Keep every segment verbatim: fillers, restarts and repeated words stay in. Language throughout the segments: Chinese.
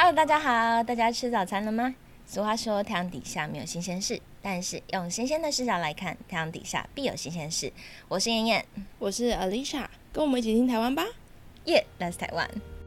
Hello， 大家好，大家吃早餐了吗？俗话说，太阳底下没有新鲜事，但是用新鲜的视角来看，太阳底下必有新鲜事。我是妍妍， 我是 Alicia， 跟我们一起听台湾吧。 耶、yeah, ，That's 台湾。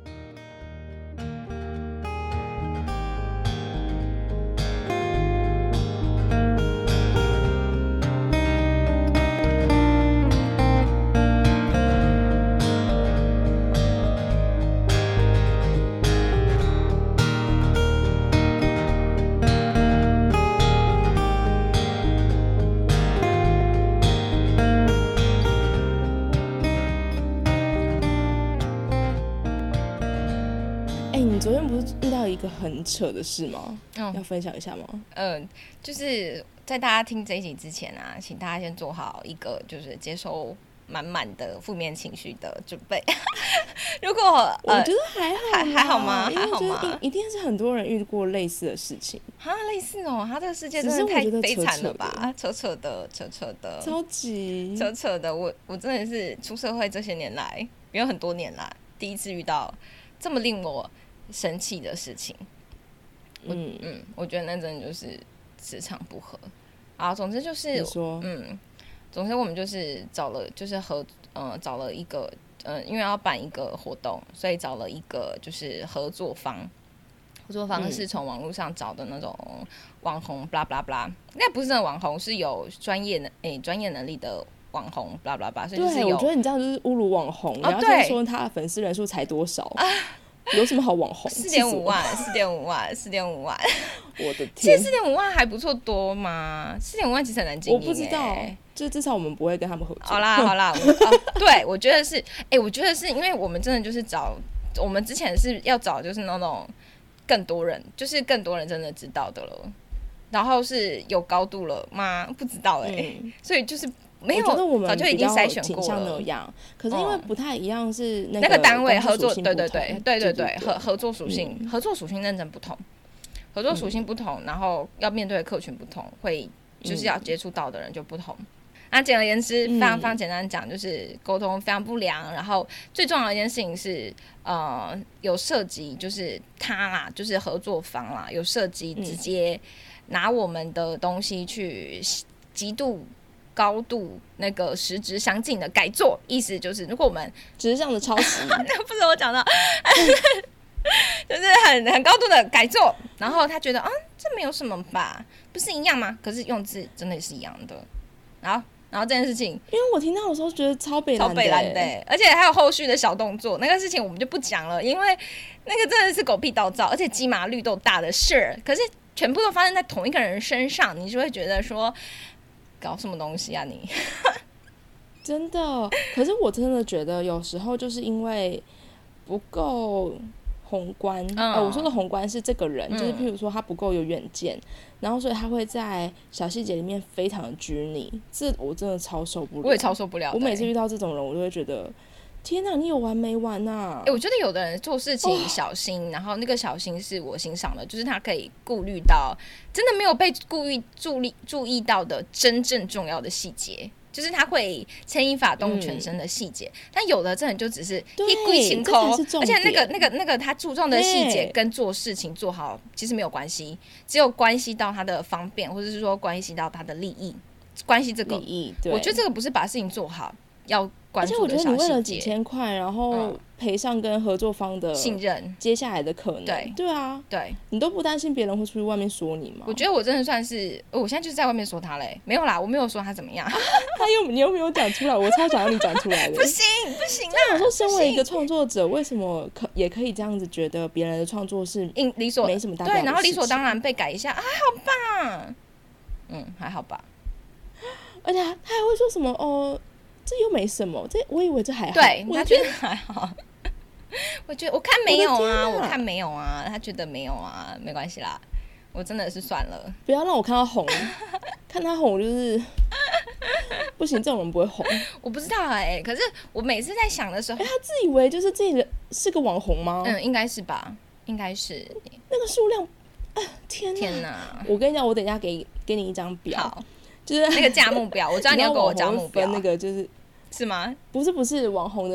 昨天不是遇到一个很扯的事吗？嗯、要分享一下吗？ 嗯、呃，就是在大家听这一集之前啊，请大家先做好一个就是接收满满的负面情绪的准备。如果、呃、 我觉得还好还还好吗？ 因为还好吗？ 一定是很多人遇过类似的事情啊，类似哦，他这个世界真的太悲惨了吧？扯扯的，扯扯的， 超级扯扯的。我我真的是出社会这些年来，没有很多年啦，第一次遇到这么令我生气的事情。嗯嗯，我觉得那真的就是磁场不合。啊，总之就是你说， 嗯，总之我们就是找了，就是合呃找了一个呃，因为要办一个活动，所以找了一个就是合作方。合作方是从网络上找的那种网红，blah blah blah，应该不是真的网红，是有专业的诶专业能力的网红，blah blah blah，所以就是有。 对，我觉得你这样就是侮辱网红。 哦、 你要先说他的粉丝人数才多少。啊有什么好网红？ 四点五万，四点五万，四点五万。 我的天！ 其实四点五万还不错多吗？四点五万其实很难经营、欸。 我不知道，就至少我们不会跟他们合作。 好啦，好啦，我哦、对，我觉得是，哎、欸，我觉得是因为我们真的就是找，我们之前是要找就是那种更多人，就是更多人真的知道的了，然后是有高度了吗？不知道哎、欸嗯，所以就是。没有， 我觉得我们早就已经筛选过了。 那样，可是因为不太一样，是那个、那个单位合作，对对对对对对对，合合作属性、嗯，合作属性认真不同，合作属性不同、嗯，然后要面对的客群不同，会就是要接触到的人就不同。那、嗯、简而言之，非常非常简单讲，就是沟通非常不良，然后最重要的一件事情是，呃，有涉及就是他啦，就是合作方啦，有涉及直接拿我们的东西去极度。高度那个实质相近的改作，意思就是如果我们只是这样的抄袭， 那不是我讲到，就是很很高度的改作，然后他觉得啊，这没有什么吧，不是一样吗？可是用字真的是一样的，然后然后这件事情， 因为我听到的时候觉得超北蓝的、欸， 超北蓝的、欸，而且还有后续的小动作，那个事情我们就不讲了，因为那个真的是狗屁倒灶，而且鸡麻绿豆大的事，可是全部都发生在同一个人身上，你就会觉得说。搞什么东西啊你真的，可是我真的觉得有时候就是因为不够宏观、嗯呃、我说的宏观是这个人、嗯、就是譬如说他不够有远见，然后所以他会在小细节里面非常的拘泥，这我真的超受不了， 我也超受不了、欸、 我每次遇到这种人我就会觉得天哪，你有完没完啊、 欸、我觉得有的人做事情小心、哦、然后那个小心是我欣赏的，就是他可以顾虑到真的没有被故意注意注意到的真正重要的细节，就是他会牵一发动全身的细节、嗯、但有的真的就只是一归情口，而且那个那个那个他注重的细节跟做事情做好其实没有关系，只有关系到他的方便，或者是说关系到他的利益，关系这个利益，对， 我觉得这个不是把事情做好要关注的小细节， 而且我觉得你为了几千块，然后赔上跟合作方的信任， 接下来的可能， 对对啊， 对， 你都不担心别人会出去外面说你吗？ 我觉得我真的算是，哦、我现在就是在外面说他嘞，没有啦，我没有说他怎么样， 他又你又没有讲出来，我超想要你讲出来的， 不行不行啊！ 我说，身为一个创作者，为什么可也可以这样子觉得别人的创作是理所没什么大不了的事情， 对，然后理所当然被改一下，啊、还好吧，嗯，还好吧， 而且他还会说什么哦。这又没什么，这我以为这还好， 对， 我他觉得还好。我觉得我看没有啊，我看没有啊，他觉得没有啊，没关系啦，我真的是算了， 不要让我看到红，看他红就是不行，这种人不会红。 我不知道哎、欸，可是我每次在想的时候， 哎、欸，他自以为就是自己的是个网红吗？ 嗯，应该是吧，应该是那个数量，啊，天哪！ 天哪！ 我跟你讲，我等一下给给你一张表。就是那个价目表，我知道你要给我价目表， 那个就是是吗？ 不是不是网红的那个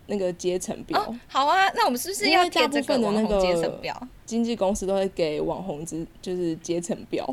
那个阶层表、 哦。好啊，那我们是不是要贴这个网红阶层表？ 经纪公司都会给网红之就是阶层表。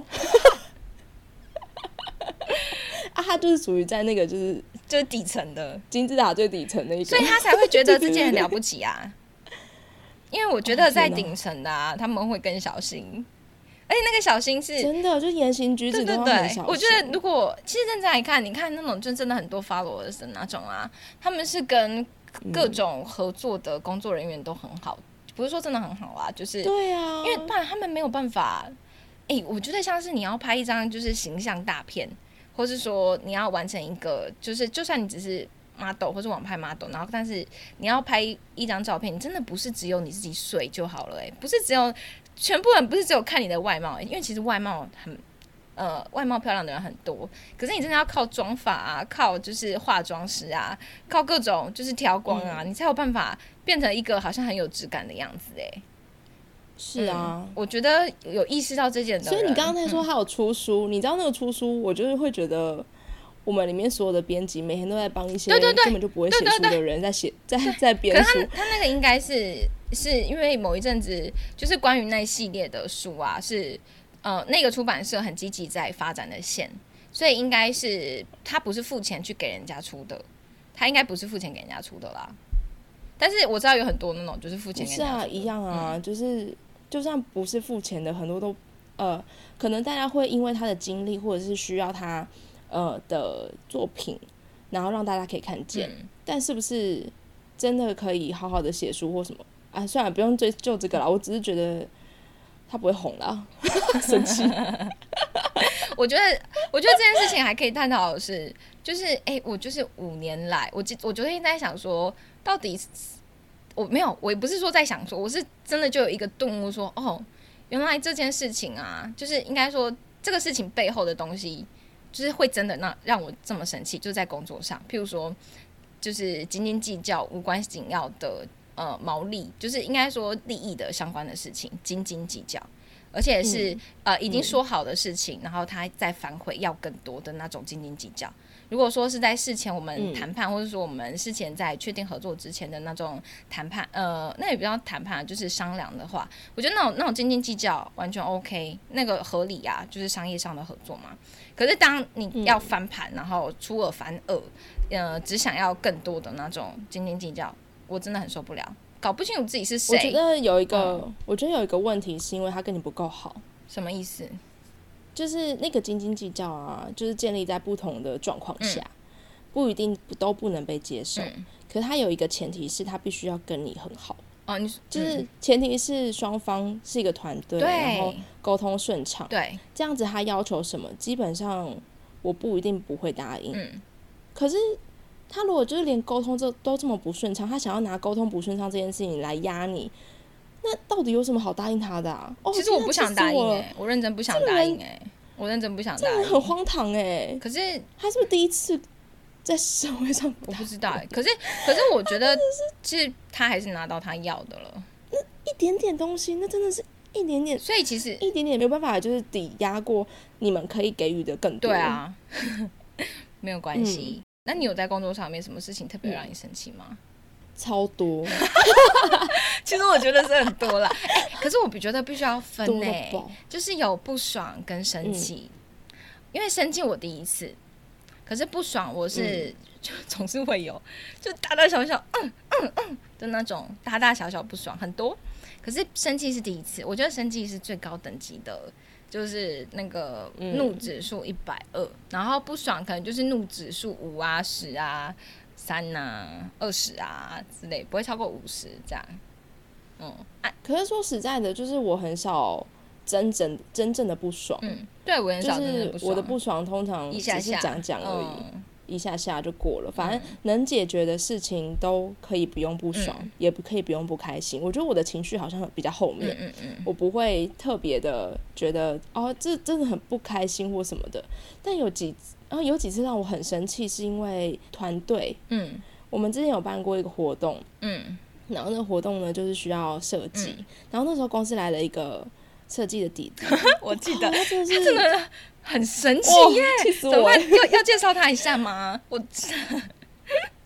啊，他就是属于在那个就是就是底层的金字塔最底层的一个， 所以他才会觉得自己很了不起啊。因为我觉得在顶层的啊，他们会更小心。而且那个小心是真的，就言行举止都要很小心。 对对对，我觉得如果其实认真来看，你看那种就真的很多 followers 的那种啊，他们是跟各种合作的工作人员都很好，嗯、不是说真的很好啊，就是对啊， 因为不然他们没有办法。哎、欸，我觉得像是你要拍一张就是形象大片，或是说你要完成一个，就是就算你只是 model 或是网拍 model， 然后但是你要拍一张照片，你真的不是只有你自己睡就好了、欸，哎，不是只有。全部人不是只有看你的外貌，因为其实外貌很，呃，外貌漂亮的人很多，可是你真的要靠妆发啊，靠就是化妆师啊，靠各种就是调光啊、嗯，你才有办法变成一个好像很有质感的样子哎、欸。 是啊、嗯， 我觉得有意识到这件的人， 所以你刚才说他有出书、嗯，你知道那个出书，我就是会觉得我们里面所有的编辑每天都在帮一些根本就不会写书的人在写，在在编书。 可他他那个应该是。是因为某一阵子就是关于那一系列的书啊，是呃那个出版社很积极在发展的线，所以应该是他不是付钱去给人家出的，他应该不是付钱给人家出的啦。但是我知道有很多那种就是付钱给人家出的， 是啊，一样啊、嗯，就是就算不是付钱的，很多都呃可能大家会因为他的经历或者是需要他呃的作品，然后让大家可以看见，嗯、但是不是真的可以好好的写书或什么？啊，算了，不用追究这个啦。我只是觉得他不会红啦，生气。 我觉得，我觉得这件事情还可以探讨的是，就是哎、欸，我就是五年来，我我昨天在想说，到底我没有，我也不是说在想说，我是真的就有一个顿悟说，哦，原来这件事情啊，就是应该说这个事情背后的东西，就是会真的让让我这么生气，就是在工作上，譬如说，就是斤斤计较、无关紧要的。呃，毛利就是应该说利益的相关的事情，斤斤计较，而且是、嗯、呃已经说好的事情，嗯、然后他再反悔要更多的那种斤斤计较。如果说是在事前我们谈判、嗯，或者说我们事前在确定合作之前的那种谈判，呃，那也不叫谈判，就是商量的话，我觉得那种那种斤斤计较完全 OK， 那个合理啊，就是商业上的合作嘛。可是当你要翻盘，然后出尔反尔，呃，只想要更多的那种斤斤计较。我真的很受不了，搞不清楚自己是谁。 我觉得有一个、嗯，我觉得有一个问题是因为他跟你不够好。 什么意思？ 就是那个斤斤计较啊，就是建立在不同的状况下、嗯，不一定都不能被接受。嗯、可是他有一个前提是他必须要跟你很好。 哦，你就是前提是双方是一个团队，然后沟通顺畅。 对， 这样子他要求什么，基本上我不一定不会答应。嗯，可是。他如果就是连沟通这都这么不顺畅，他想要拿沟通不顺畅这件事情来压你，那到底有什么好答应他的啊？哦， 其实我不想答应哎、欸，我认真不想答应哎、欸，我认真不想答应， 很荒唐哎、欸。 可是他是不是第一次在社会上？ 我不知道哎、欸。可是可是我觉得，其实他还是拿到他要的了。 那一点点东西，那真的是一点点， 所以其实一点点没有办法，就是抵押过你们可以给予的更多。 对啊，没有关系。嗯，那你有在工作上面什么事情特别让你生气吗？ 嗯、超多， 其实我觉得是很多啦。欸、可是我觉得必须要分呢、欸，就是有不爽跟生气、嗯。因为生气我第一次，可是不爽我是、嗯、就总是会有，就大大小小嗯嗯嗯的那种大大小小不爽很多。可是生气是第一次，我觉得生气是最高等级的。就是那个怒指数一百二，然后不爽可能就是怒指数五啊、十啊、三啊、二十啊之类，不会超过五十这样。嗯、啊， 可是说实在的，就是我很少真正真正的不爽。 嗯，对我很少真正的不爽。 就是我的不爽通常只是讲讲而已。 一下下嗯一下下就过了，反正能解决的事情都可以不用不爽、嗯、也不可以不用不开心。我觉得我的情绪好像比较后面、嗯嗯嗯、我不会特别的觉得哦这真的很不开心或什么的。但有几然后有几次让我很生气是因为团队，嗯，我们之前有办过一个活动，嗯，然后那个活动呢就是需要设计、嗯、然后那时候公司来了一个设计的弟弟我记得、哦、 他真的是他真的很神奇耶、 哦、气死我怎么办？要要介绍他一下吗？我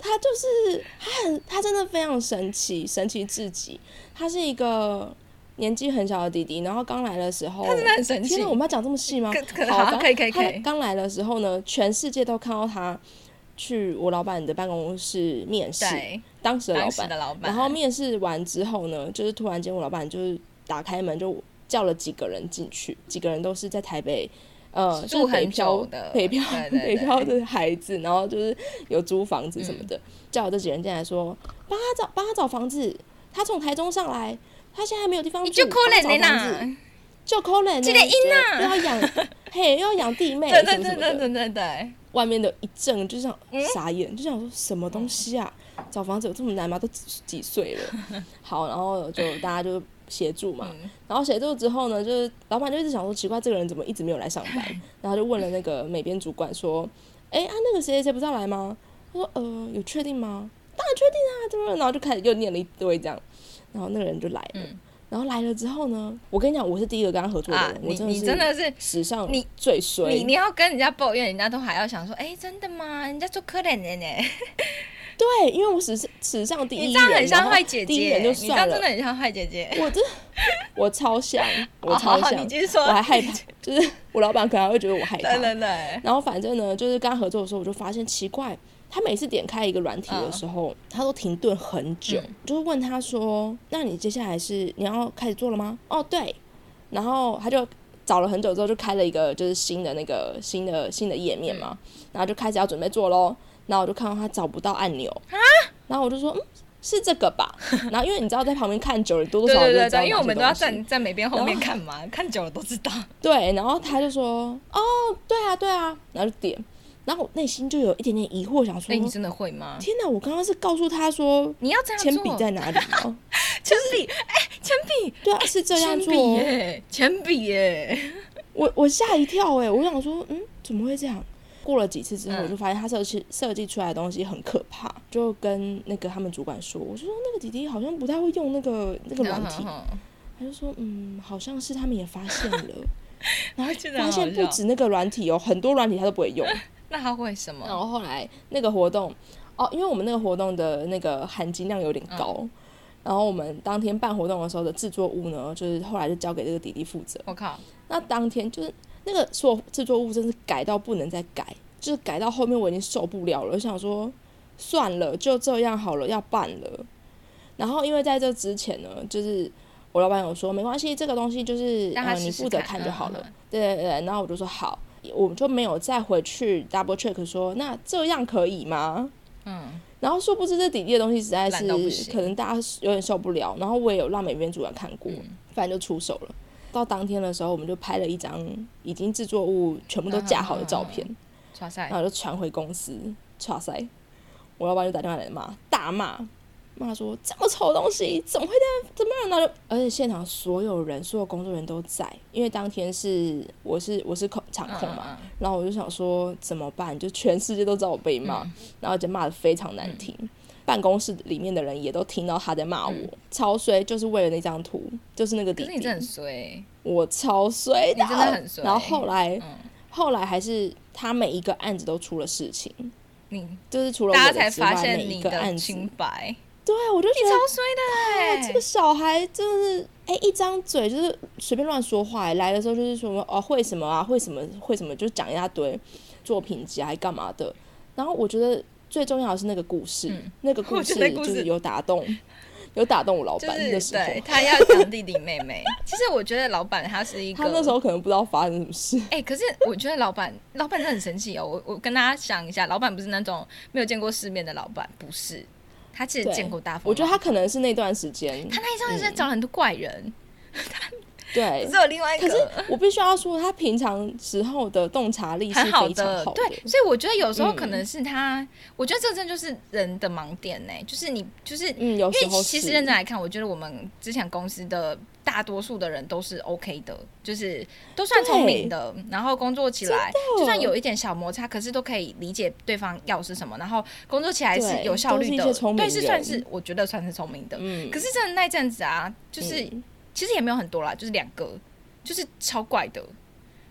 他就是他很他真的非常神奇，神奇至极。他是一个年纪很小的弟弟，然后刚来的时候， 他真的很神奇。 天哪，我们要讲这么细吗？ 可好，好可以可以可以。 刚来的时候呢，全世界都看到他去我老板的办公室面试，当时的老板， 老板然后面试完之后呢，就是突然间我老板就是打开门就叫了几个人进去，几个人都是在台北。呃， 住很久的北漂， 对对对北漂的孩子，然后就是有租房子什么的，嗯、叫我这几人进来说，帮他找，帮他找房子。他从台中上来，他现在没有地方住， 就可怜的啦， 就可怜的， 这个音啊， 又要养，嘿，又要养弟妹， 对对对对对对对， 外面的一阵就像傻眼，嗯、就想说什么东西啊？嗯、找房子有这么难吗？都几岁了？好，然后就大家就。协助嘛，嗯、然后协助之后呢，就是老板就一直想说奇怪，这个人怎么一直没有来上班？然后就问了那个美编主管说：“哎、欸、啊，那个谁谁谁不是要来吗？”他说：“呃，有确定吗？当然确定啊，怎么？”然后就开始又念了一堆这样，然后那个人就来了。嗯、然后来了之后呢，我跟你讲，我是第一个跟他合作的人，啊、我真的是你真的是史上最衰。 你你要跟人家抱怨，人家都还要想说：“哎、欸，真的吗？人家做可怜的呢。” 对，因为我史史上第一人， 你这样很像坏姐姐， 第一人就算了， 你这样真的很像坏姐姐。 我这我超像，我超像。 你继续说， 我还害怕，就是我老板可能会觉得我害怕。 对对对。 然后反正呢，就是跟他合作的时候，我就发现奇怪，他每次点开一个软体的时候，嗯、他都停顿很久，嗯、就是问他说：“那你接下来是你要开始做了吗？”哦，对。然后他就找了很久之后，就开了一个就是新的那个新的新的页面嘛，嗯、然后就开始要准备做咯。然后我就看到他找不到按钮，然后我就说，嗯，是这个吧？然后因为你知道在旁边看久了，多多少少就知道哪些东西。对对对， 因为我们都要站在美编后面看嘛，看久了都知道。 对，然后他就说，哦，对啊，对啊，然后就点，然后我内心就有一点点疑惑，想说， 哎，你真的会吗？ 天哪，我刚刚是告诉他说， 你要这样做， 铅笔在哪里吗？ 铅笔，哎，铅笔， 对啊，是这样做， 铅笔耶，铅笔耶， 我我吓一跳哎，我想说，嗯，怎么会这样？过了几次之后，我就发现他设计设计出来的东西很可怕，就跟那个他们主管说，我就说那个弟弟好像不太会用那个那个软体，他就说嗯，好像是他们也发现了，然后发现不止那个软体哦，很多软体他都不会用。 那他会什么？ 然后后来那个活动哦，因为我们那个活动的那个含金量有点高，嗯、然后我们当天办活动的时候的制作物呢，就是后来就交给这个弟弟负责。 我靠！ 那当天就是。那个所有制作物真是改到不能再改，就是改到后面我已经受不了了，我想说算了，就这样好了，要办了。然后因为在这之前呢，就是我老板有说没关系，这个东西就是让他试试看、 呃、你负责看就好了。 嗯嗯对对对，然后我就说好，我们就没有再回去 double check 说那这样可以吗？嗯。然后殊不知这弟弟的东西实在是可能大家有点受不了，然后我也有让美编主管看过，嗯、反正就出手了。到当天的时候，我们就拍了一张已经制作物全部都架好的照片， 嗯嗯嗯、 然后就传回公司，唰塞，我老板就打电话来骂，大骂，骂说这么丑的东西怎么会这样？怎么样？然后就而且现场所有人、所有工作人员都在，因为当天是我是我是场控嘛，嗯嗯然后我就想说怎么办？就全世界都知道我被骂，嗯、然后就骂得非常难听。嗯办公室里面的人也都听到他在骂我，嗯、超衰，就是为了那张图，就是那个弟弟。 可是你真的很衰， 我超衰的， 你真的很衰。 然后后来，嗯、后来还是他每一个案子都出了事情， 你就是除了我的之外，每一个案子清白。 对，我就觉得你超衰的哎、 欸，这个小孩真的是哎、欸，一张嘴就是随便乱说话、欸，来的时候就是说哦会什么啊，会什么会什么，就讲一大堆作品集还干嘛的，然后我觉得。最重要的是那个故事，嗯、那个故事就是有打动，有打动我老板的时候， 对他要讲弟弟妹妹。其实我觉得老板他是一个， 他那时候可能不知道发生什么事。 哎、欸，可是我觉得老板，老板真的很神奇哦。我我跟大家讲一下，老板不是那种没有见过世面的老板，不是，他其实见过大风。 我觉得他可能是那段时间， 他那一段时间找了很多怪人。嗯对， 只有另外一个。 可是我必须要说，他平常时候的洞察力是非常好的。 好的对，所以我觉得有时候可能是他，嗯、我觉得这真的就是人的盲点呢、欸。就是你，就是嗯，有时候因为其实认真来看，我觉得我们之前公司的大多数的人都是 OK 的，就是都算聪明的，然后工作起来就算有一点小摩擦，可是都可以理解对方要是什么，然后工作起来是有效率的， 是对，是算是我觉得算是聪明的。嗯，可是真的那阵子啊，就是。嗯其实也没有很多啦，就是两个，就是超怪的。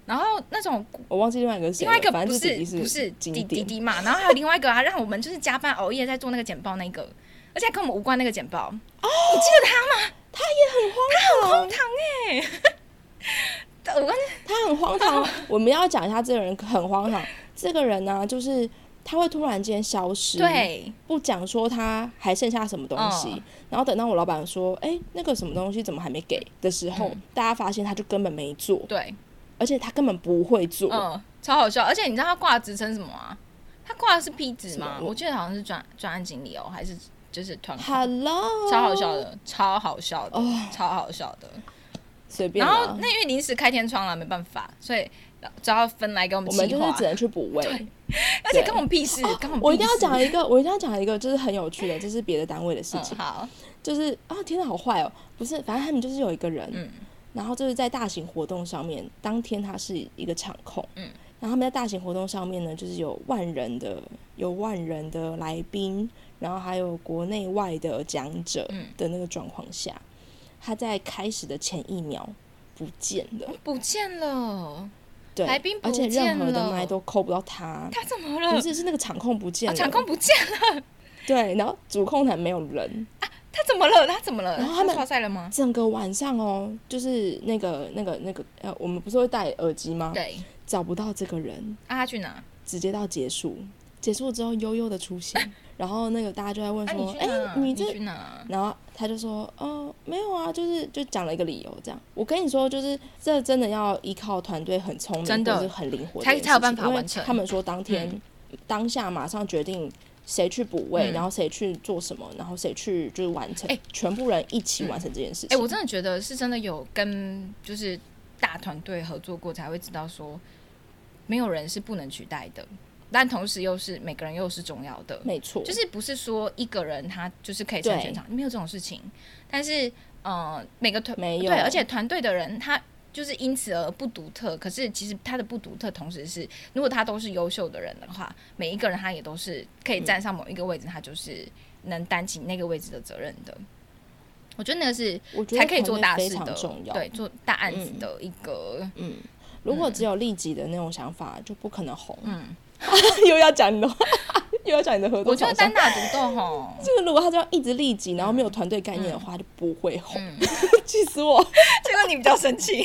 然后那种我忘记另外一个是谁了， 另外一个不反正是弟弟不是经弟典弟嘛，然后还有另外一个啊，让我们就是加班熬夜在做那个简报那个，而且还跟我们无关那个简报。哦，你记得他吗？ 他也很荒唐， 他很荒唐哎、欸，我他很荒唐。我们要讲一下这个人很荒唐。这个人呢、啊，就是他会突然间消失， 对， 不讲说他还剩下什么东西，嗯、然后等到我老板说，哎、欸，那个什么东西怎么还没给的时候，嗯、大家发现他就根本没做， 对， 而且他根本不会做， 嗯，超好笑。而且你知道他挂的职称什么吗？他挂的是 P 职吗？我记得好像是专专案经理哦，还是就是团控 ？Hello， 超好笑的，超好笑的， oh, 超好笑的。 随便。 然后那因为临时开天窗了，没办法，所以只要分来给我们计划， 我们就是只能去补位。 而且跟我们屁事，跟、哦、我们屁事。 我一定要讲一个，我一定要讲一个，就是很有趣的，这是别的单位的事情。 嗯、好， 就是啊，天哪，好坏哦！不是，反正他们就是有一个人，嗯，然后就是在大型活动上面，当天他是一个场控，嗯，然后他们在大型活动上面呢，就是有万人的，有万人的来宾，然后还有国内外的讲者的那个状况下，嗯、他在开始的前一秒不见了， 不见了。 对， 来宾不见了，而且任何的麦都扣不到他。 他怎么了？ 不是，是那个场控不见了。 啊、场控不见了。 对，然后主控台没有人。 啊，他怎么了？他怎么了？ 然后他们超赛了吗？ 整个晚上哦，就是那个、那个、那个，呃，我们不是会戴耳机吗？ 对。 找不到这个人。 啊，他去哪？ 直接到结束，结束之后悠悠的出现，啊、然后那个大家就在问说：“哎、啊，你这……” 你去哪？ 然后他就说：“哦、呃，没有啊，就是就讲了一个理由这样。”我跟你说，就是这真的要依靠团队很聪明，真的很灵活， 才才有办法完成。 他们说当天、嗯、当下马上决定谁去补位、嗯，然后谁去做什么，然后谁去就是完成，欸、全部人一起完成这件事情。 哎、欸，我真的觉得是真的有跟就是大团队合作过，才会知道说没有人是不能取代的。但同时又是每个人又是重要的， 没错， 就是不是说一个人他就是可以撑全场，没有这种事情。但是呃，每个团没有对，而且团队的人他就是因此而不独特。可是其实他的不独特，同时是如果他都是优秀的人的话，每一个人他也都是可以站上某一个位置，嗯、他就是能担起那个位置的责任的。我觉得那个是才可以做大事的，对，做大案子的一个。嗯， 嗯如果只有利己的那种想法，就不可能红。嗯。又要讲你的，又要讲你的合作。 我觉得单打独斗吼， 就是如果他这样一直利己，然后没有团队概念的话，嗯、就不会红。气、嗯、死我！ 结果你比较生气，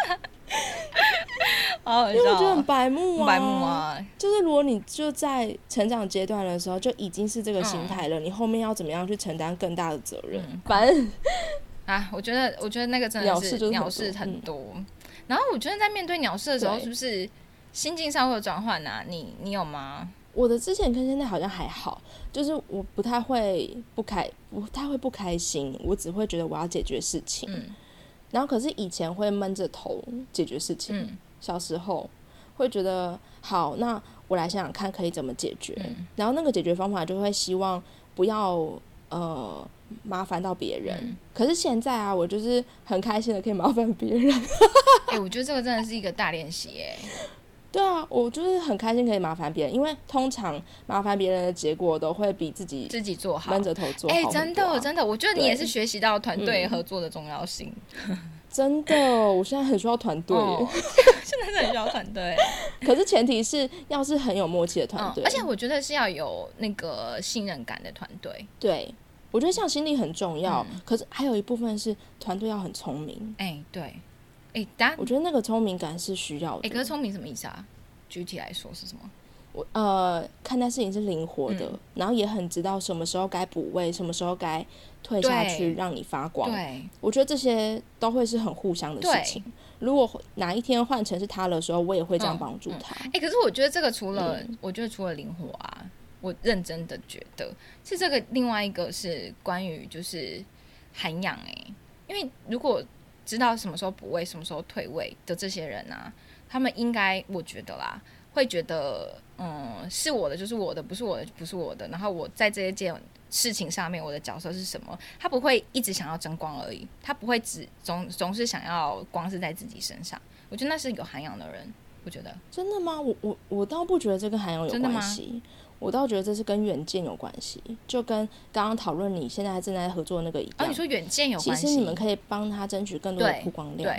好， 因为我觉得很白目啊， 白目啊。 就是如果你就在成长阶段的时候就已经是这个心态了、嗯，你后面要怎么样去承担更大的责任？嗯、反正啊，我觉得，我觉得那个真的是鸟事很多。嗯、然后我觉得在面对鸟事的时候，是不是？心境上会有转换啊，你你有吗？ 我的之前跟现在好像还好，就是我不太会不开，不太会不开心，我只会觉得我要解决事情。嗯、然后可是以前会闷着头解决事情，嗯、小时候会觉得好，那我来想想看可以怎么解决。嗯、然后那个解决方法就会希望不要呃麻烦到别人。嗯、可是现在啊，我就是很开心的可以麻烦别人。 哎、欸，我觉得这个真的是一个大练习哎。 对啊，我就是很开心可以麻烦别人，因为通常麻烦别人的结果都会比自己自己做好， 闷着头做好、啊。哎、 欸，真的真的，我觉得你也是学习到团队合作的重要性。 嗯、真的，我现在很需要团队、哦， 现在很需要团队。 可是前提是要是很有默契的团队、 嗯，而且我觉得是要有那个信任感的团队。 对，我觉得向心力很重要、嗯，可是还有一部分是团队要很聪明。 哎、欸，对。欸、但我觉得那个聪明感是需要的。 哎、欸，可是聪明什么意思啊？具体来说是什么？ 我呃，看待事情是灵活的、嗯，然后也很知道什么时候该补位，什么时候该退下去，让你发光。 对， 我觉得这些都会是很互相的事情。如果哪一天换成是他的时候，我也会这样帮助他。哎、 嗯嗯欸，可是我觉得这个除了，嗯、我觉得除了灵活啊，我认真的觉得是这个另外一个是关于就是涵养哎、欸，因为如果知道什么时候补位、什么时候退位的这些人啊，他们应该我觉得啦，会觉得嗯，是我的就是我的，不是我的不是我的。然后我在这一件事情上面，我的角色是什么？他不会一直想要争光而已，他不会只总总是想要光是在自己身上。我觉得那是有涵养的人，我觉得真的吗？我我我倒不觉得这跟涵养有关系。我倒觉得这是跟远见有关系，就跟刚刚讨论你现在正在合作的那个一样。 哦，你说远见有关系， 其实你们可以帮他争取更多的曝光量。 对，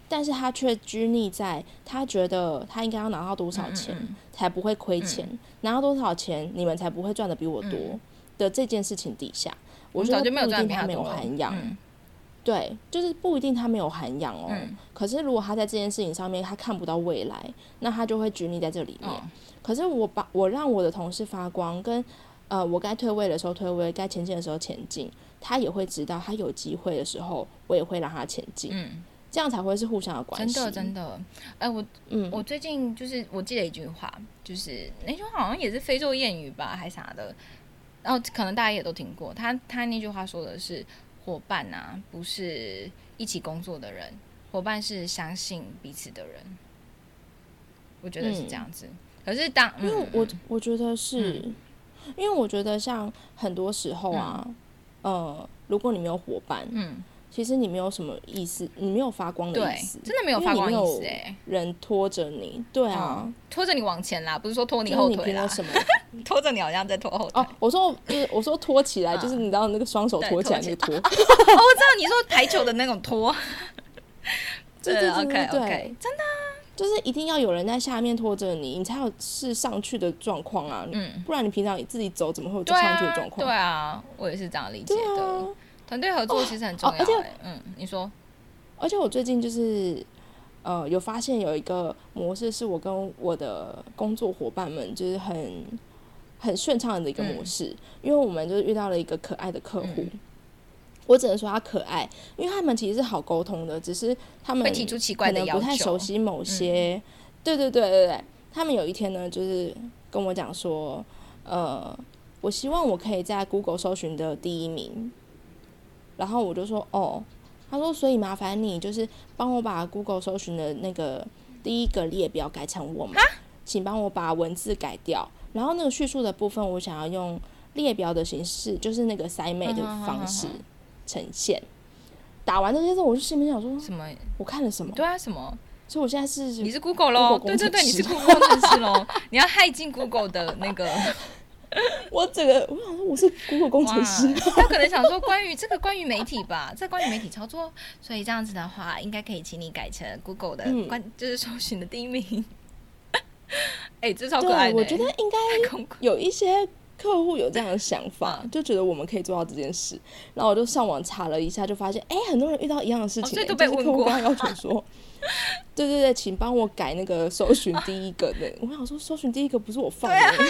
但是他却拘泥在他觉得他应该要拿到多少钱、嗯嗯、才不会亏钱、嗯、拿到多少钱你们才不会赚得比我多的这件事情底下、嗯、我觉得不一定他没有涵养、嗯、对，就是不一定他没有涵养哦、嗯、可是如果他在这件事情上面他看不到未来，那他就会拘泥在这里面、哦、可是我把我让我的同事发光，跟呃我该退位的时候退位，该前进的时候前进，他也会知道他有机会的时候我也会让他前进、嗯，这样才会是互相的关系。 真的真的，哎、欸，我、嗯、我最近就是我记得一句话，就是那句话好像也是非洲谚语吧，还啥的，然后可能大家也都听过。他他那句话说的是，伙伴啊，不是一起工作的人，伙伴是相信彼此的人。我觉得是这样子。嗯、可是当因为我、嗯、我觉得是、嗯，因为我觉得像很多时候啊，嗯、呃，如果你没有伙伴，嗯。其实你没有什么意思，你没有发光的意思， 真的没有发光的意思哎、 欸。人拖着你，对啊、嗯， 拖着你往前啦，不是说拖你后腿啦。 什么？ 拖着你好像在拖后腿。 哦，我说就是我说拖起来，就是你知道那个双手拖起来那个拖。哦，我知道你说排球的那种拖。 对对对 ，OK OK， 真的、啊， 就是一定要有人在下面拖着你，你才有是上去的状况啊。嗯，不然你平常你自己走，怎么会有上去的状况？ 对啊，我也是这样理解的。团队合作其实很重要、欸哦，而且，嗯，你说， 而且我最近就是，呃，有发现有一个模式，是我跟我的工作伙伴们就是很很顺畅的一个模式、嗯，因为我们就是遇到了一个可爱的客户、嗯，我只能说他可爱，因为他们其实是好沟通的，只是他们会提出奇怪的要求， 可能不太熟悉某些，嗯、对对对对对，他们有一天呢，就是跟我讲说，呃，我希望我可以在 Google 搜寻的第一名。然后我就说哦，他说所以麻烦你就是帮我把 Google 搜寻的那个第一个列表改成我们，请帮我把文字改掉，然后那个叙述的部分我想要用列表的形式，就是那个 sitemap 的方式呈现。打完这些之后，我就心里面想说什么？ 我看了什么？ 对啊，什么？ 所以我现在是你是 Google 咯，对对对，你是 Google 工程师咯，你要害进 Google 的那个。 我整个我想说我是 Google 工程师， 他可能想说关于这个关于媒体吧，这关于媒体操作，所以这样子的话，应该可以请你改成 Google 的关、嗯、就是搜寻的第一名。哎、欸，这超可爱的、欸。 对，我觉得应该有一些客户有这样的想法，就觉得我们可以做到这件事。然后我就上网查了一下，就发现哎、欸，很多人遇到一样的事情、欸， 所以都被问过。 就是客户刚刚要求说。对对对，请帮我改那个搜寻第一个的。我想说，搜寻第一个不是我放的、欸，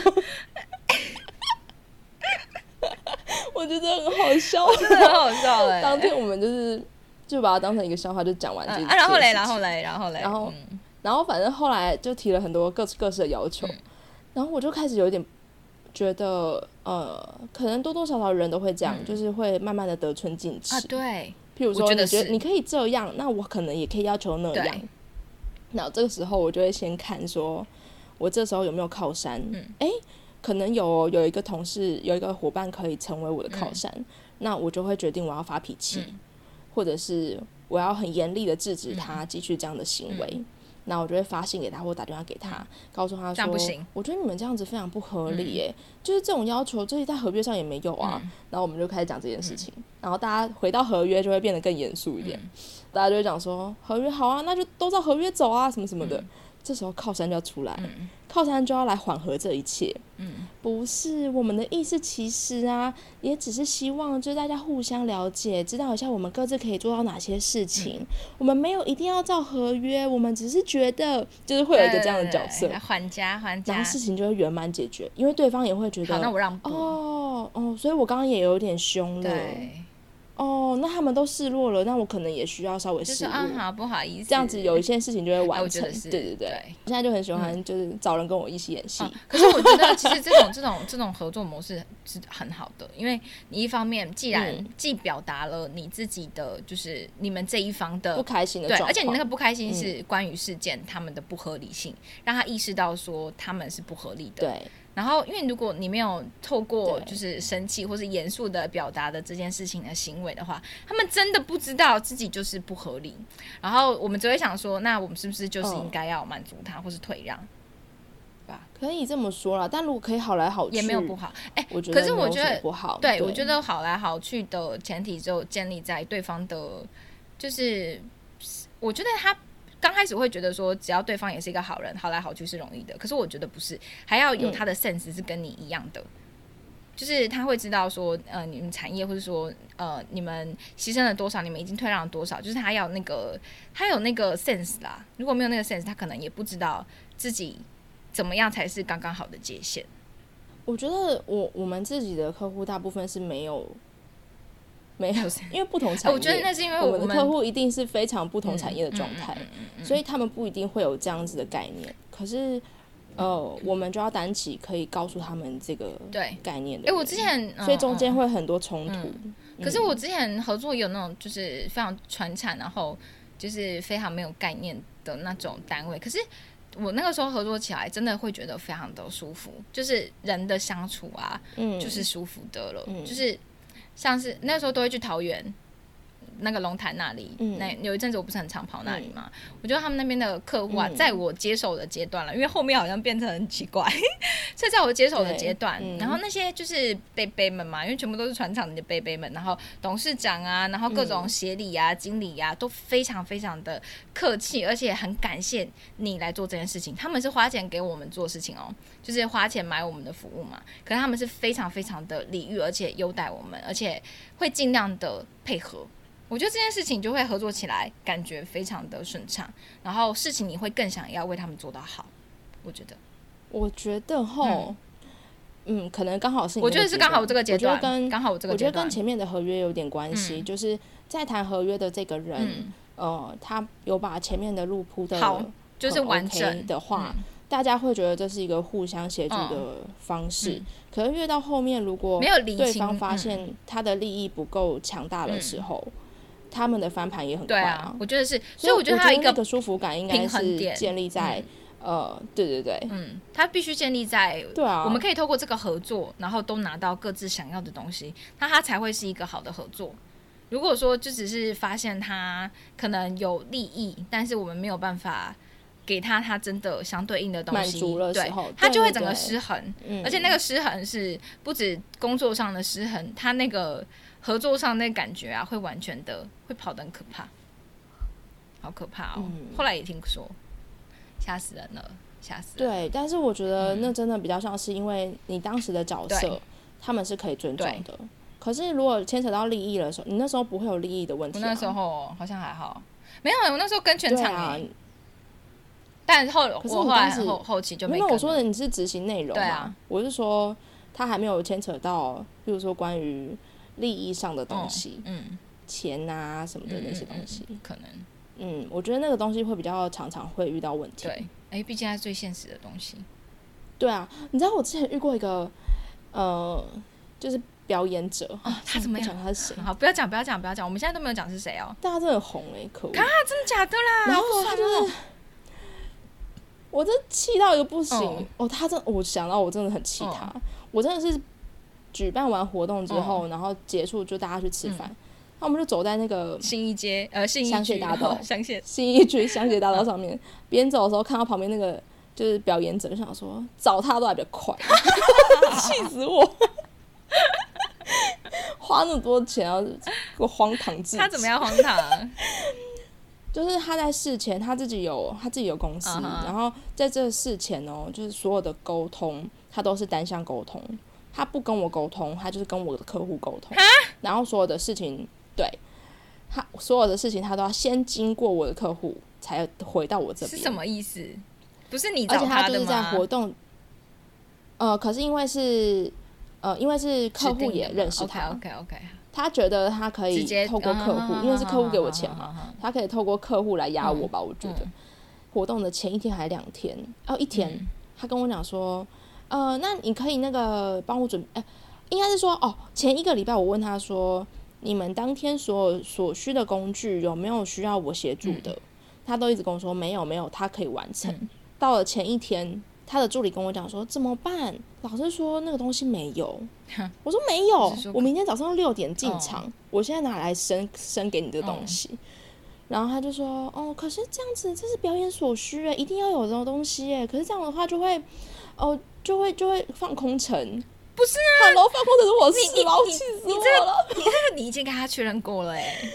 我觉得很好笑， 真的很好笑哎、欸！ 当天我们就是就把它当成一个笑话，就讲完这、嗯啊。然后嘞，然后嘞，然后嘞， 然后、嗯、然后反正后来就提了很多各式各式的要求、嗯，然后我就开始有点觉得，呃，可能多多少少人都会这样，嗯、就是会慢慢的得寸进尺啊，对。 譬如说，你觉得你可以这样，那我可能也可以要求那样。那这个时候，我就会先看说，我这时候有没有靠山？嗯，哎，可能有有一个同事，有一个伙伴可以成为我的靠山，嗯、那我就会决定我要发脾气、嗯，或者是我要很严厉的制止他继续这样的行为。嗯嗯，那我就会发信给他或打电话给他、嗯、告诉他说我觉得你们这样子非常不合理耶、嗯、就是这种要求这在合约上也没有啊、嗯、然后我们就开始讲这件事情、嗯、然后大家回到合约就会变得更严肃一点、嗯、大家就会讲说合约好啊，那就都照合约走啊什么什么的、嗯、这时候靠山就要出来、嗯、靠山就要来缓和这一切、嗯、不是我们的意思，其实啊也只是希望就是大家互相了解，知道一下我们各自可以做到哪些事情、嗯、我们没有一定要照合约，我们只是觉得就是会有一个这样的角色， 缓加缓加， 然后事情就会圆满解决，因为对方也会觉得好，那我让步哦哦，所以我刚刚也有点凶了， 对哦，那他们都示弱了，那我可能也需要稍微示弱， 就是啊，好不好意思， 这样子有一些事情就会完成。 哎、对对对，对我现在就很喜欢，就是找人跟我一起演戏、 嗯啊。可是我觉得其实这种这种这种合作模式是很好的，因为你一方面既然既表达了你自己的就是你们这一方的不开心的状况， 对，而且你那个不开心是关于事件、嗯、他们的不合理性，让他意识到说他们是不合理的。 对。 然后，因为如果你没有透过就是生气或是严肃的表达的这件事情的行为的话，他们真的不知道自己就是不合理。然后我们只会想说，那我们是不是就是应该要满足他，或是退让？ 吧，可以这么说啦。但如果可以好来好去， 也没有不好。哎、欸， 我觉得可是我觉得不好。 对， 对， 我觉得好来好去的前提就建立在对方的，就是我觉得他刚开始会觉得说只要对方也是一个好人，好来好去是容易的，可是我觉得不是，还要有他的 sense 是跟你一样的、嗯、就是他会知道说呃你们产业或者说呃你们牺牲了多少，你们已经退让了多少，就是他要那个他有那个 sense 啦，如果没有那个 sense 他可能也不知道自己怎么样才是刚刚好的界限。 我觉得我我们自己的客户大部分是没有没有，因为不同产业， 我觉得那是因为我们, 我们的客户一定是非常不同产业的状态、嗯嗯嗯嗯，所以他们不一定会有这样子的概念。可是，呃，我们就要担起可以告诉他们这个概念的。哎、 欸，我之前， 所以中间会很多冲突、 嗯嗯嗯。可是我之前合作有那种就是非常传产，然后就是非常没有概念的那种单位，可是。我那个时候合作起来真的会觉得非常的舒服，就是人的相处啊、嗯、就是舒服的了、嗯、就是像是那时候都会去桃园那个龙潭那里、嗯、那有一阵子我不是很常跑那里嘛、嗯、我觉得他们那边的客户啊、嗯、在我接手的阶段了，因为后面好像变成很奇怪所以在我接手的阶段、嗯、然后那些就是贝贝们嘛，因为全部都是船厂的贝贝们，然后董事长啊，然后各种协理啊、嗯、经理啊都非常非常的客气，而且很感谢你来做这件事情，他们是花钱给我们做事情哦，就是花钱买我们的服务嘛，可是他们是非常非常的礼遇，而且优待我们，而且会尽量的配合，我觉得这件事情就会合作起来感觉非常的顺畅，然后事情你会更想要为他们做到好。我觉得我觉得齁嗯, 嗯可能刚好是你我觉得是刚好这个阶段，刚好我这个阶段我觉得跟前面的合约有点关系、嗯、就是在谈合约的这个人、嗯、呃，他有把前面的路铺的好就是完整的话、嗯、大家会觉得这是一个互相协助的方式、嗯、可是越到后面如果对方发现他的利益不够强大的时候、嗯他们的翻盘也很快 啊, 啊我觉得是， 所以我觉得他有一个那个舒服感应该是建立在、嗯、呃对对对嗯，他必须建立在对啊， 我们可以透过这个合作然后都拿到各自想要的东西，那他才会是一个好的合作。如果说就只是发现他可能有利益，但是我们没有办法给他他真的相对应的东西， 满足了时候， 对，他就会整个失衡， 对对对， 而且那个失衡是不止工作上的失衡，他那个合作上那感觉啊，会完全的会跑得很可怕，好可怕哦！嗯、后来也听说，吓死人了，吓死人了。 对，但是我觉得那真的比较像是因为你当时的角色，他们是可以尊重的。可是如果牵扯到利益的时候，你那时候不会有利益的问题、啊。 我那时候好像还好，没有，我那时候跟全场、欸啊、 但后我后来后后期就没跟了。 因为我说的你是执行内容嘛、 啊， 我是说他还没有牵扯到，比如说关于利益上的东西，嗯，嗯钱啊什么的那些东西， 嗯嗯嗯、可能， 嗯，我觉得那个东西会比较常常会遇到问题。 对，哎，毕竟它是最现实的东西。 对啊，你知道我之前遇过一个，呃，就是表演者， 哦、他怎么样？ 讲他是谁？ 好，不要讲，不要讲，不要讲，我们现在都没有讲是谁哦。 大家真的很红哎、欸，可恶！ 啊，真的假的啦？ 然后他就是，我真气到一个不行哦，哦他真，我想到我真的很气他、哦，我真的是。举办完活动之后、哦，然后结束就大家去吃饭，那、嗯、我们就走在那个信义街呃信义香榭大道， 香榭信义区香榭大道上面，边、嗯、走的时候看到旁边那个就是表演者，就想说找他都还比较快，气死我！花那么多钱要给我荒唐至极， 他怎么样荒唐？ 就是他在事前他自己有他自己有公司， uh-huh. 然后在这事前哦，就是所有的沟通他都是单向沟通。他不跟我沟通，他就是跟我的客户沟通，然后所有的事情，对他所有的事情，他都要先经过我的客户，才回到我这边。 是什么意思？不是你找他的吗？ 而且他就是在活动，呃，可是因为是呃，因为是客户也认识他 ，OK OK OK， 他觉得他可以透过客户，因为是客户给我钱嘛，他可以透过客户来压我吧？我觉得、嗯、活动的前一天还两天，哦，一天，嗯、他跟我讲说。呃，那你可以那个帮我准备，呃，应该是说哦，前一个礼拜我问他说，你们当天所有所需的工具有没有需要我协助的、嗯？他都一直跟我说没有没有，他可以完成、嗯。到了前一天，他的助理跟我讲说怎么办？老师说那个东西没有，我说没有，我明天早上六点进场、哦，我现在拿来生生给你的东西。哦，然后他就说哦，可是这样子这是表演所需耶，一定要有这种东西耶，可是这样的话就会哦。就会就会放空城， 不是啊？ 然后放空城是我事吗？我气死我了！ 你这个你这个你已经跟他确认过了哎，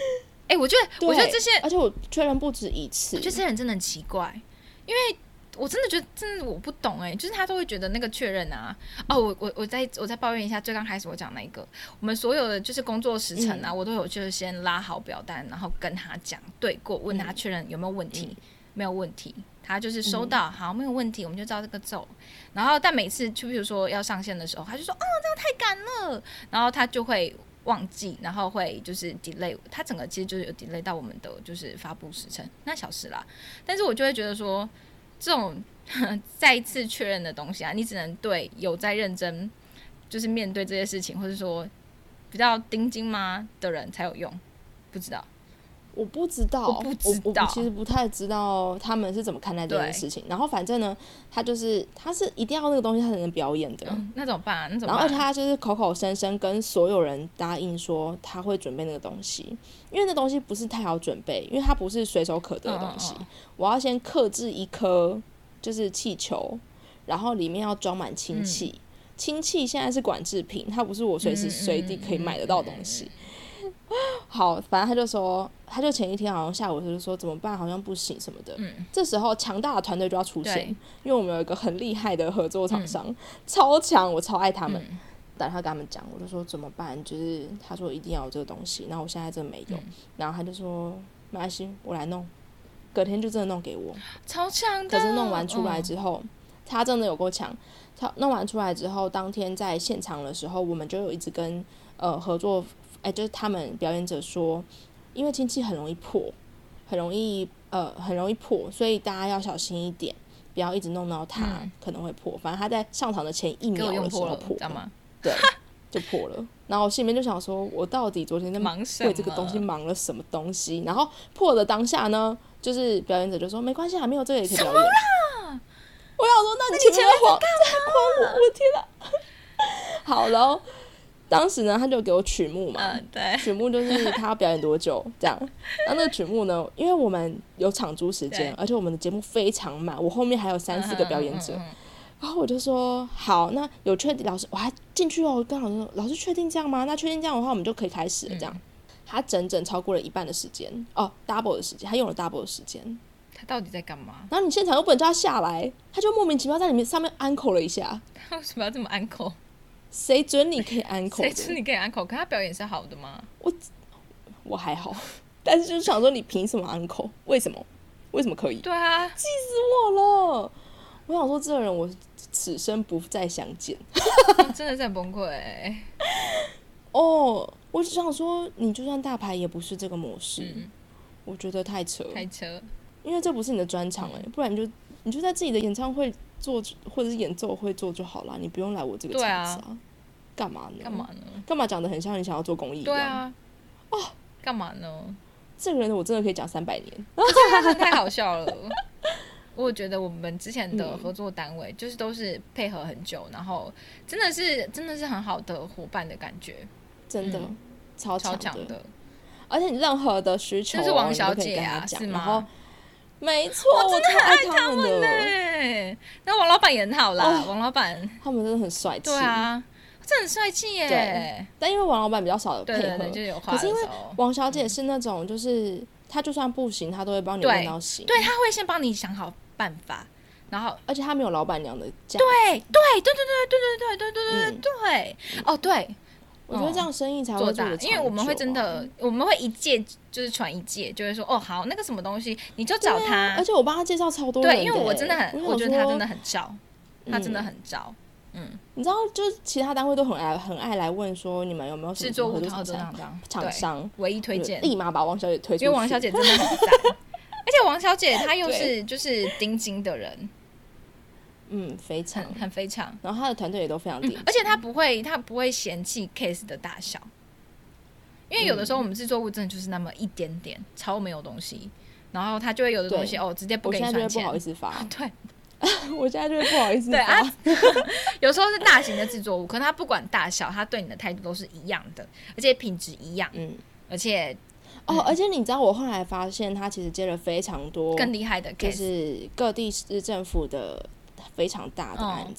哎、欸，我觉得我觉得这些， 而且我确认不止一次， 我觉得这些人真的很奇怪，因为我真的觉得真的我不懂哎、欸，就是他都会觉得那个确认啊，哦，我我我再我再抱怨一下，最刚开始我讲那一个，我们所有的就是工作时程啊，嗯、我都有就是先拉好表单，然后跟他讲对过，问他确认有没有问题，嗯、没有问题。他就是收到、嗯、好没有问题，我们就照这个走。然后但每次就比如说要上线的时候，他就说哦这样太赶了，然后他就会忘记，然后会就是 delay， 他整个其实就是有 delay 到我们的就是发布时程，那小事啦。但是我就会觉得说这种再一次确认的东西啊，你只能对有在认真就是面对这些事情，或者说比较盯紧吗的人才有用，不知道。 我不知道， 我不知道， 我, 我其实不太知道他们是怎么看待这件事情。然后反正呢，他就是他是一定要那个东西他才能表演的， 嗯、那怎么办、啊？那怎么办？ 然后他就是口口声声跟所有人答应说他会准备那个东西，因为那东西不是太好准备，因为它不是随手可得的东西。嗯嗯嗯我要先客制一颗就是气球，然后里面要装满氢气。嗯、氢气现在是管制品，它不是我随时随地可以买得到的东西。嗯嗯嗯嗯好，反正他就说，他就前一天好像下午就说怎么办，好像不行什么的。嗯、这时候强大的团队就要出现，因为我们有一个很厉害的合作厂商，嗯、超强，我超爱他们。嗯、打电话跟他们讲，我就说怎么办，就是他说一定要有这个东西，然后我现在真的没有，嗯、然后他就说没关系，我来弄。隔天就真的弄给我， 超强的。 可是弄完出来之后，嗯、他真的有够强。他弄完出来之后，当天在现场的时候，我们就有一直跟呃合作。哎，就是他们表演者说，因为氢气很容易破，很容易呃很容易破，所以大家要小心一点，不要一直弄到它，嗯、可能会破。反正他在上场的前一秒的时候破了， 吗？ 对，就破了。然后我心里面就想说，我到底昨天在为这个东西忙了什么东西？然后破的当下呢，就是表演者就说没关系啊，没有这个也可以表演。 什么啦？ 我想说，那你前面在慌，在慌我，我的天哪！好，然后。当时呢，他就给我曲目嘛， 嗯、对， 曲目就是他要表演多久这样。那那个曲目呢，因为我们有场租时间，而且我们的节目非常满，我后面还有三四个表演者，嗯嗯嗯、然后我就说好，那有确定老师，我还进去哦，跟老师说，老师确定这样吗？那确定这样的话，我们就可以开始了。这样，嗯、他整整超过了一半的时间哦 ，double 的时间，他用了 double 的时间。 他到底在干嘛？ 然后你现场又不能叫他下来，他就莫名其妙在里面上面安口了一下。 他为什么要这么安口？ 谁准你可以安口？ 谁准你可以安口？可他表演是好的吗？ 我我还好，但是就是想说，你凭什么安口？为什么？为什么可以？ 对啊， 气死我了！我想说，这个人我此生不再相见。 真的是很崩溃、欸。 哦，我只想说，你就算大牌也不是这个模式，嗯、我觉得太扯， 太扯。 因为这不是你的专场哎、欸，不然你就你就在自己的演唱会做或者是演奏会做就好啦，你不用来我这个场子啊。干嘛呢？ 干嘛呢？ 干嘛讲得很像你想要做公益一样？ 对啊，哦，干嘛呢？ 这个人我真的可以讲三百年， 太好笑了。我觉得我们之前的合作单位就是都是配合很久，然后真的是真的是很好的伙伴的感觉， 真的、嗯、超强 的, 超强的。 而且你任何的需求、哦， 就是王小姐啊，是吗？ 然后没错， 我真的很爱他们呢、欸。那王老板也很好啦，哦、王老板他们真的很帅气。 对啊。这很帅气耶！ 对，但因为王老板比较少有配合， 对对对就有可是因为王小姐是那种，就是她、嗯、就算不行，她都会帮你问到行。 对，她会先帮你想好办法，然后而且她没有老板娘的架子。 对对对对对对对对对对对对、嗯、哦对， 我觉得这样生意才会做得长久、啊、 因为我们会真的，我们会一届就是传一届，就会说哦好，那个什么东西你就找他、 啊，而且我帮他介绍超多人的。 对，因为我真的很，我, 我觉得他真的很招，他真的很招。嗯， 你知道，就是其他单位都很爱很爱来问说，你们有没有什么合作厂商？厂商唯一推荐， 立马把王小姐推出去， 因为王小姐真的很赞，而且王小姐她又是就是钉金的人， 嗯，非常很, 很非常， 然后她的团队也都非常顶、 嗯，而且她不会她不会嫌弃 case 的大小，因为有的时候我们制作物真的就是那么一点点，超没有东西，然后她就会有的东西哦，直接不给你算钱， 我现在就会不好意思发， 对。 我现在就会不好意思对啊，有时候是大型的制作物，可是他不管大小，他对你的态度都是一样的，而且品质一样，嗯，而且、 嗯、哦，而且你知道，我后来发现他其实接了非常多更厉害的 case， 就是各地市政府的非常大的案子。 嗯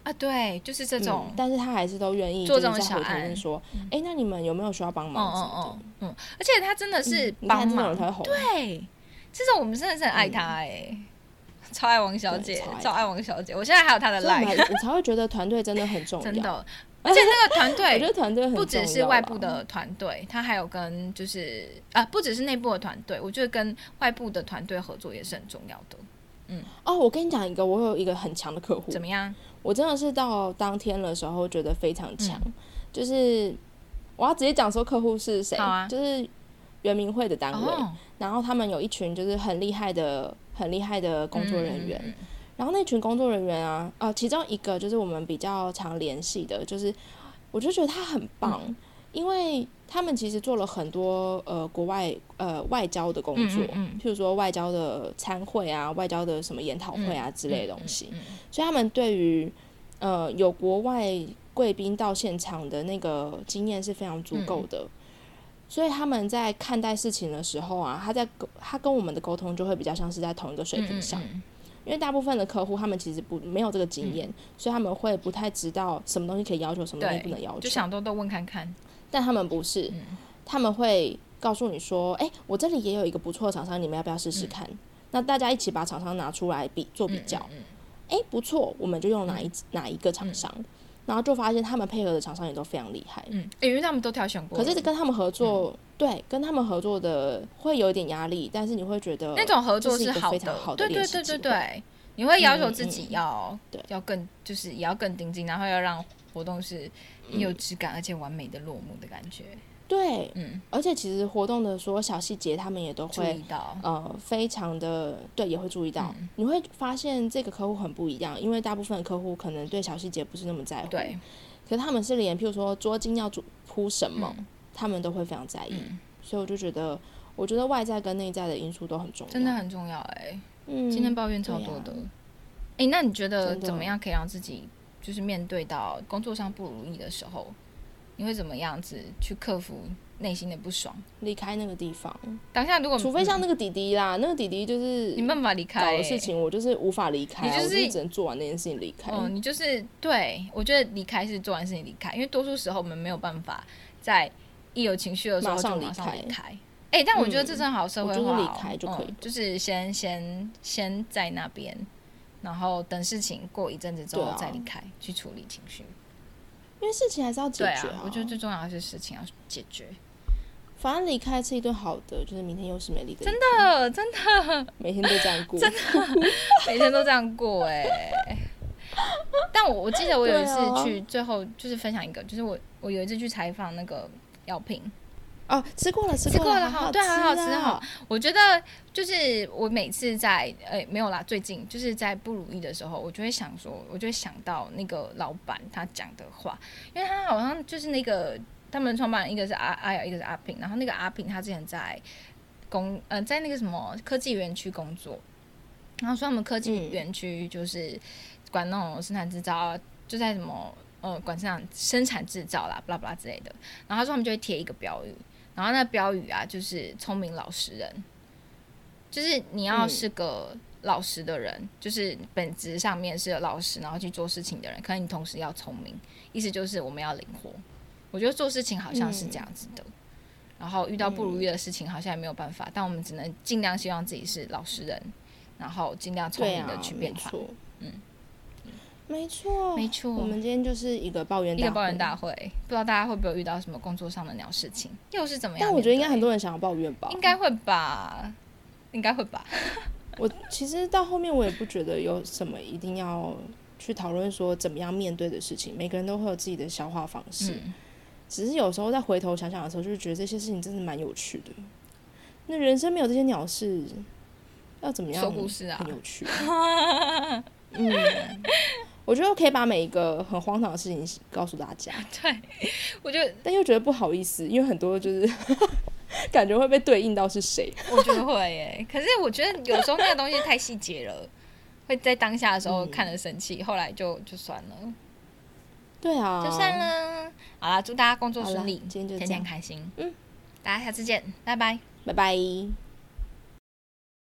啊，对，就是这种， 嗯、但是他还是都愿意做这种小案，问说，哎、嗯欸，那你们有没有需要帮忙？嗯嗯嗯嗯，而且他真的是帮忙， 嗯、 对，这种我们真的是很爱他哎、欸嗯，超爱王小姐，超爱王小姐，我现在还有他的 like， 我才会觉得团队真的很重要， 真的。而且那个团队， 我觉得团队不只是外部的团队，他还有跟就是啊，不只是内部的团队，我觉得跟外部的团队合作也是很重要的。嗯， 哦，我跟你讲一个，我有一个很强的客户， 怎么样？ 我真的是到当天的时候觉得非常强、嗯，就是我要直接讲说客户是谁、 啊， 就是原民会的单位、 哦， 然后他们有一群就是很厉害的、很厉害的工作人员。嗯嗯嗯，然后那群工作人员啊，呃，其中一个就是我们比较常联系的，就是我就觉得他很棒、嗯，因为他们其实做了很多呃国外呃外交的工作，嗯嗯嗯，譬如说外交的参会啊、外交的什么研讨会啊之类的东西，嗯嗯嗯嗯，所以他们对于呃有国外贵宾到现场的那个经验是非常足够的。嗯，所以他们在看待事情的时候啊，他在他跟我们的沟通就会比较像是在同一个水平上。嗯嗯嗯，因为大部分的客户他们其实不没有这个经验、嗯，所以他们会不太知道什么东西可以要求，什么东西不能要求， 就想多多问看看。 但他们不是、嗯，他们会告诉你说：“哎、欸，我这里也有一个不错的厂商，你们要不要试试看、嗯？”那大家一起把厂商拿出来比做比较，哎、嗯嗯欸，不错，我们就用哪一、嗯、哪一个厂商、嗯，然后就发现他们配合的厂商也都非常厉害。 嗯，因为他们都挑选过。 可是跟他们合作。嗯，对，跟他们合作的会有点压力，但是你会觉得那种合作是非常好的练习机会。 对对对对对，你会要求自己要、 嗯嗯、 要更就是也要更精进，然后要让活动是有质感、嗯、而且完美的落幕的感觉。 对，嗯，而且其实活动的所有小细节，他们也都会注意到， 呃，非常的对，也会注意到、嗯。你会发现这个客户很不一样，因为大部分的客户可能对小细节不是那么在乎， 对， 可是他们是连譬如说桌巾要铺什么。嗯，他们都会非常在意、嗯，所以我就觉得，我觉得外在跟内在的因素都很重要， 真的很重要哎、欸。嗯，今天抱怨超多的。哎、啊欸，那你觉得怎么样可以让自己就是面对到工作上不如意的时候，你会怎么样子去克服内心的不爽？ 离开那个地方。 当下如果除非像那个弟弟啦，嗯、那个弟弟就是你没办法离开、欸， 搞的事情我就是无法离开、啊，你就是、我就只能做完那件事情离开。 哦，你就是对我觉得离开是做完事情离开，因为多数时候我们没有办法在。一有情绪的时候就马上离开，哎、欸，但我觉得这真好社会化、哦， 就是离开就可以、嗯， 就是先先先在那边，然后等事情过一阵子之后再离开、啊，去处理情绪， 因为事情还是要解决、 啊。啊，我觉得最重要的是事情要解决。 反正离开吃一顿好的，就是明天又是美丽的。 真的，真的， 每天都这样过， 真的，每天都这样过、欸，哎。但我我记得我有一次去，最后就是分享一个，就是我我有一次去采访那个。药品哦，吃过了，吃过了， 好好对，好好吃哈。我觉得就是我每次在呃、欸、没有啦，最近就是在不如意的时候，我就会想说，我就会想到那个老板他讲的话，因为他好像就是那个他们创办人一个是阿阿瑶，一个是阿平，然后那个阿平他之前在工呃在那个什么科技园区工作，然后说他们科技园区就是管那种生产制造，就在什么。呃，管生产生产制造啦，巴拉巴拉之类的。然后他说他们就会贴一个标语，然后那标语啊，就是聪明老实人，就是你要是个老实的人，嗯、就是本质上面是老实，然后去做事情的人，可能你同时要聪明，意思就是我们要灵活。我觉得做事情好像是这样子的，嗯、然后遇到不如意的事情好像也没有办法，但我们只能尽量希望自己是老实人，然后尽量聪明的去变化。嗯。 没错， 没错。 我们今天就是一个抱怨大会， 一个抱怨大会。不知道大家会不会遇到什么工作上的鸟事情，又是怎么样？ 但我觉得应该很多人想要抱怨吧， 应该会吧，应该会吧。 我其实到后面我也不觉得有什么一定要去讨论说怎么样面对的事情，每个人都会有自己的消化方式。嗯、只是有时候在回头想想的时候，就是觉得这些事情真的蛮有趣的。那人生没有这些鸟事，要怎么样说故事啊？ 很有趣。嗯。我觉得我可以把每一个很荒唐的事情告诉大家。 对，我觉得， 但又觉得不好意思，因为很多就是感觉会被对应到是谁。 我觉得会耶，可是我觉得有时候那个东西太细节了，会在当下的时候看了生气、嗯，后来就就算了。 对啊， 就算了。好啦，祝大家工作顺利， 今天就天天开心。嗯，大家下次见，拜拜， 拜拜。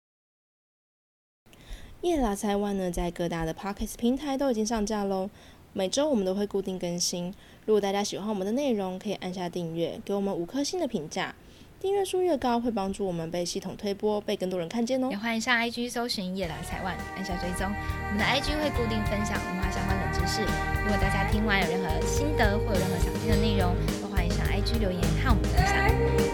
夜啦台湾呢，在各大的 Podcast 平台都已经上架咯。 每周我们都会固定更新。如果大家喜欢我们的内容，可以按下订阅，给我们五颗星的评价。订阅数越高，会帮助我们被系统推播，被更多人看见哦。 也欢迎上 I G 搜寻夜来采万，按下追踪。我们的 I G 会固定分享文化相关的知识。如果大家听完有任何心得或有任何想听的内容，都欢迎上 I G 留言和我们分享。